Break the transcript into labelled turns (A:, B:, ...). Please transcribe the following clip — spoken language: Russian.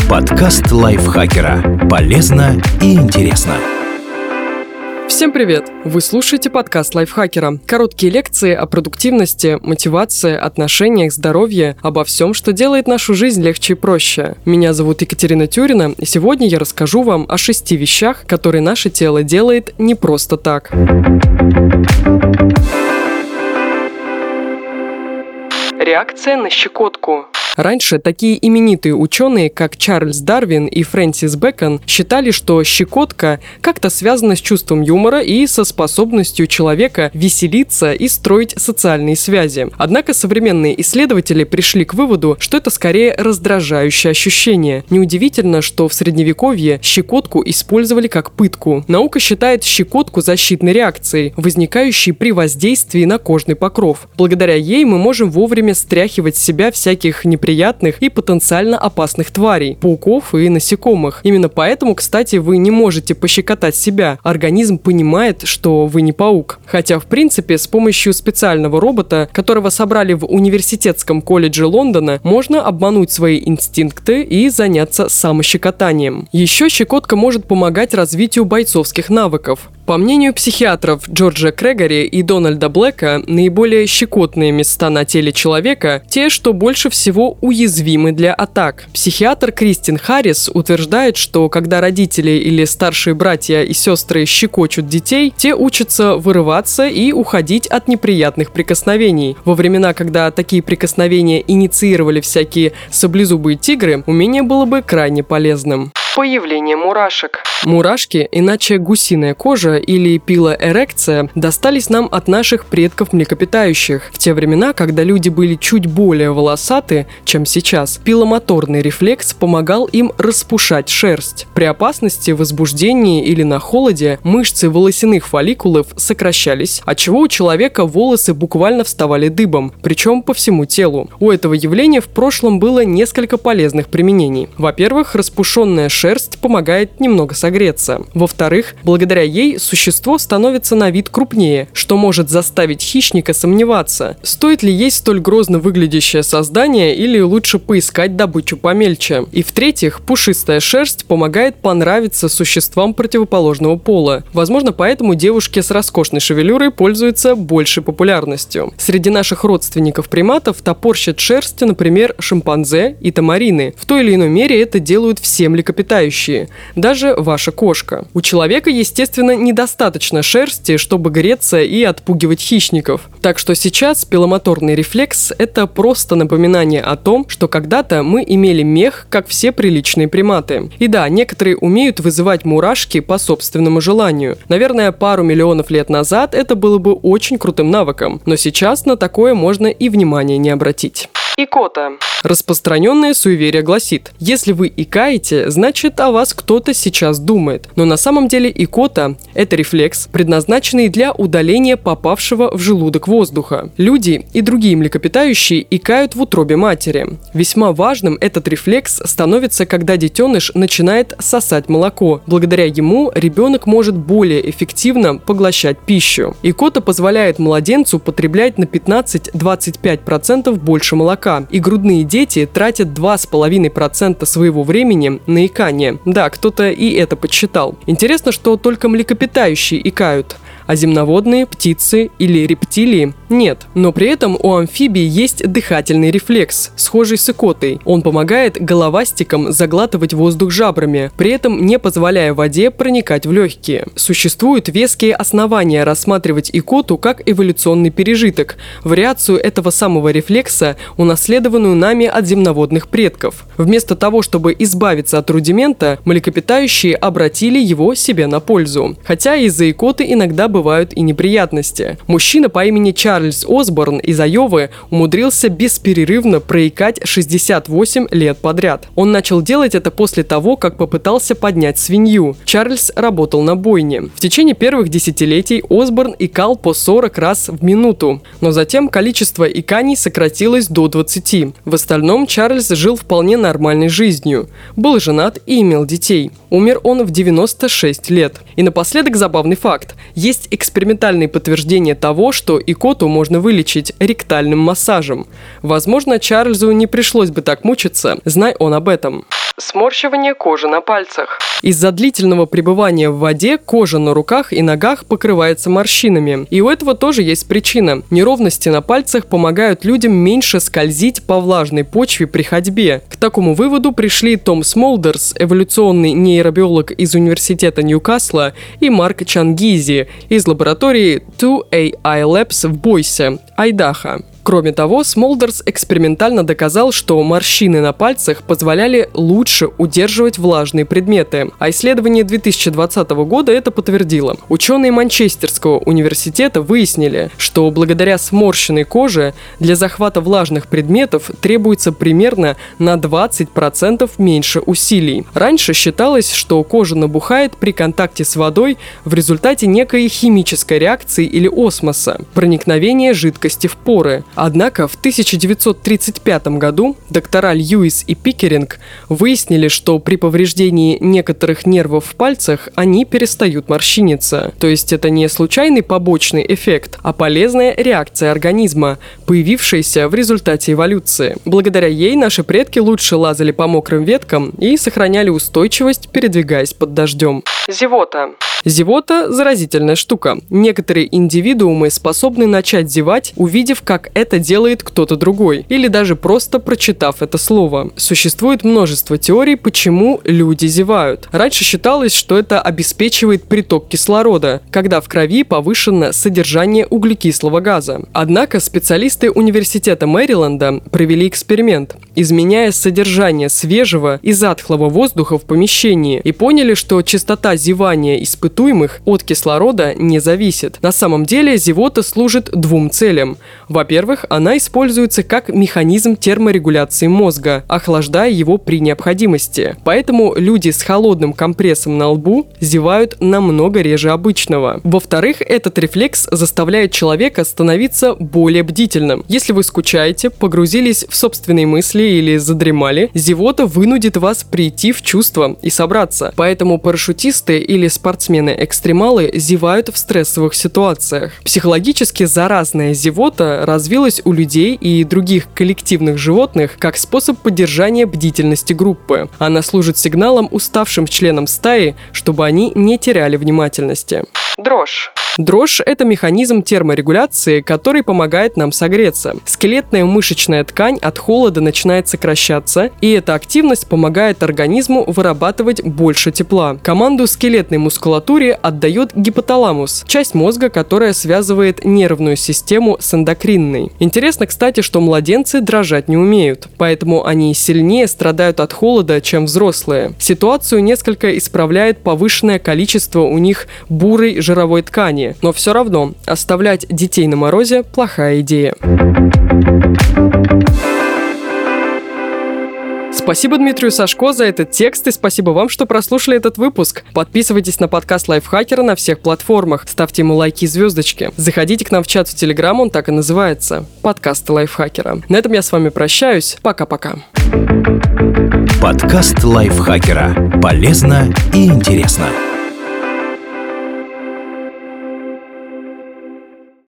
A: Подкаст лайфхакера. Полезно и интересно.
B: Всем привет! Вы слушаете подкаст лайфхакера. Короткие лекции о продуктивности, мотивации, отношениях, здоровье, обо всем, что делает нашу жизнь легче и проще. Меня зовут Екатерина Тюрина, и сегодня я расскажу вам о 6 вещах, которые наше тело делает не просто так. Реакция на щекотку. Раньше такие именитые ученые, как Чарльз Дарвин и Фрэнсис Бэкон, считали, что щекотка как-то связана с чувством юмора и со способностью человека веселиться и строить социальные связи. Однако современные исследователи пришли к выводу, что это скорее раздражающее ощущение. Неудивительно, что в Средневековье щекотку использовали как пытку. Наука считает щекотку защитной реакцией, возникающей при воздействии на кожный покров. Благодаря ей мы можем вовремя стряхивать с себя всяких неприятных и потенциально опасных тварей, пауков и насекомых. Именно поэтому, кстати, вы не можете пощекотать себя. Организм понимает, что вы не паук. Хотя, в принципе, с помощью специального робота, которого собрали в университетском колледже Лондона, можно обмануть свои инстинкты и заняться самощекотанием. Еще щекотка может помогать развитию бойцовских навыков. По мнению психиатров Джорджа Крэгори и Дональда Блэка, наиболее щекотные места на теле человека – те, что больше всего уязвимы для атак. Психиатр Кристин Харрис утверждает, что когда родители или старшие братья и сестры щекочут детей, те учатся вырываться и уходить от неприятных прикосновений. Во времена, когда такие прикосновения инициировали всякие саблезубые тигры, умение было бы крайне полезным. Появление мурашек. Мурашки, иначе гусиная кожа или пилоэрекция, достались нам от наших предков млекопитающих. В те времена, когда люди были чуть более волосаты, чем сейчас, пиломоторный рефлекс помогал им распушать шерсть. При опасности, возбуждении или на холоде мышцы волосяных фолликулов сокращались, отчего у человека волосы буквально вставали дыбом, причем по всему телу. У этого явления в прошлом было несколько полезных применений. Во-первых, распушенная шерсть помогает немного согреться. Во-вторых, благодаря ей существо становится на вид крупнее, что может заставить хищника сомневаться, стоит ли есть столь грозно выглядящее создание или лучше поискать добычу помельче. И в-третьих, пушистая шерсть помогает понравиться существам противоположного пола. Возможно, поэтому девушки с роскошной шевелюрой пользуются большей популярностью. Среди наших родственников-приматов топорщат шерсть, например, шимпанзе и тамарины. В той или иной мере это делают все млекопитающие. Даже ваша кошка. У человека, естественно, недостаточно шерсти, чтобы греться и отпугивать хищников. Так что сейчас пиломоторный рефлекс – это просто напоминание о том, что когда-то мы имели мех, как все приличные приматы. И да, некоторые умеют вызывать мурашки по собственному желанию. Наверное, пару миллионов лет назад это было бы очень крутым навыком, но сейчас на такое можно и внимания не обратить. Икота. Распространенное суеверие гласит: если вы икаете, значит о вас кто-то сейчас думает. Но на самом деле икота – это рефлекс, предназначенный для удаления попавшего в желудок воздуха. Люди и другие млекопитающие икают в утробе матери. Весьма важным этот рефлекс становится, когда детеныш начинает сосать молоко. Благодаря ему ребенок может более эффективно поглощать пищу. Икота позволяет младенцу потреблять на 15-25% больше молока. И грудные дети тратят 2,5% своего времени на икание. Да, кто-то и это подсчитал. Интересно, что только млекопитающие икают, а земноводные, птицы или рептилии нет. Но при этом у амфибий есть дыхательный рефлекс, схожий с икотой. Он помогает головастикам заглатывать воздух жабрами, при этом не позволяя воде проникать в легкие. Существуют веские основания рассматривать икоту как эволюционный пережиток, вариацию этого самого рефлекса, унаследованную нами от земноводных предков. Вместо того, чтобы избавиться от рудимента, млекопитающие обратили его себе на пользу. Хотя из-за икоты иногда бывают и неприятности. Мужчина по имени Чарльз Осборн из Айовы умудрился бесперерывно проикать 68 лет подряд. Он начал делать это после того, как попытался поднять свинью. Чарльз работал на бойне. В течение первых десятилетий Осборн икал по 40 раз в минуту, но затем количество иканий сократилось до 20. В остальном Чарльз жил вполне нормальной жизнью. Был женат и имел детей. Умер он в 96 лет. И напоследок забавный факт. Есть экспериментальные подтверждения того, что икоту можно вылечить ректальным массажем. Возможно, Чарльзу не пришлось бы так мучиться, знай он об этом. Сморщивание кожи на пальцах. Из-за длительного пребывания в воде кожа на руках и ногах покрывается морщинами. И у этого тоже есть причина. Неровности на пальцах помогают людям меньше скользить по влажной почве при ходьбе. К такому выводу пришли Том Смолдерс, эволюционный нейробиолог из университета Ньюкасла, и Марк Чангизи из лаборатории 2AI Labs в Бойсе, Айдахо. Кроме того, Смолдерс экспериментально доказал, что морщины на пальцах позволяли лучше удерживать влажные предметы, а исследование 2020 года это подтвердило. Ученые Манчестерского университета выяснили, что благодаря сморщенной коже для захвата влажных предметов требуется примерно на 20% меньше усилий. Раньше считалось, что кожа набухает при контакте с водой в результате некой химической реакции или осмоса, проникновения жидкости в поры. Однако в 1935 году доктора Льюис и Пикеринг выяснили, что при повреждении некоторых нервов в пальцах они перестают морщиниться. То есть это не случайный побочный эффект, а полезная реакция организма, появившаяся в результате эволюции. Благодаря ей наши предки лучше лазали по мокрым веткам и сохраняли устойчивость, передвигаясь под дождем. Зевота. Зевота – заразительная штука. Некоторые индивидуумы способны начать зевать, увидев, как это делает кто-то другой, или даже просто прочитав это слово. Существует множество теорий, почему люди зевают. Раньше считалось, что это обеспечивает приток кислорода, когда в крови повышено содержание углекислого газа. Однако специалисты университета Мэриленда провели эксперимент, изменяя содержание свежего и затхлого воздуха в помещении, и поняли, что частота зевания испытуемых от кислорода не зависит. На самом деле зевота служит двум целям. Во-первых, она используется как механизм терморегуляции мозга, охлаждая его при необходимости. Поэтому люди с холодным компрессом на лбу зевают намного реже обычного. Во-вторых, этот рефлекс заставляет человека становиться более бдительным. Если вы скучаете, погрузились в собственные мысли или задремали, зевота вынудит вас прийти в чувство и собраться. Поэтому парашютисты или спортсмены-экстремалы зевают в стрессовых ситуациях. Психологически заразная зевота развилась у людей и других коллективных животных как способ поддержания бдительности группы. Она служит сигналом уставшим членам стаи, чтобы они не теряли внимательности. Дрожь. Дрожь – это механизм терморегуляции, который помогает нам согреться. Скелетная мышечная ткань от холода начинает сокращаться, и эта активность помогает организму вырабатывать больше тепла. Команду скелетной мускулатуре отдает гипоталамус, часть мозга, которая связывает нервную систему с эндокринной. Интересно, кстати, что младенцы дрожать не умеют, поэтому они сильнее страдают от холода, чем взрослые. Ситуацию несколько исправляет повышенное количество у них бурой жировой ткани, но все равно оставлять детей на морозе – плохая идея. Спасибо Дмитрию Сашко за этот текст, и спасибо вам, что прослушали этот выпуск. Подписывайтесь на подкаст Лайфхакера на всех платформах, ставьте ему лайки и звездочки. Заходите к нам в чат в Телеграм, он так и называется – подкасты Лайфхакера. На этом я с вами прощаюсь. Пока-пока.
A: Подкаст Лайфхакера. Полезно и интересно.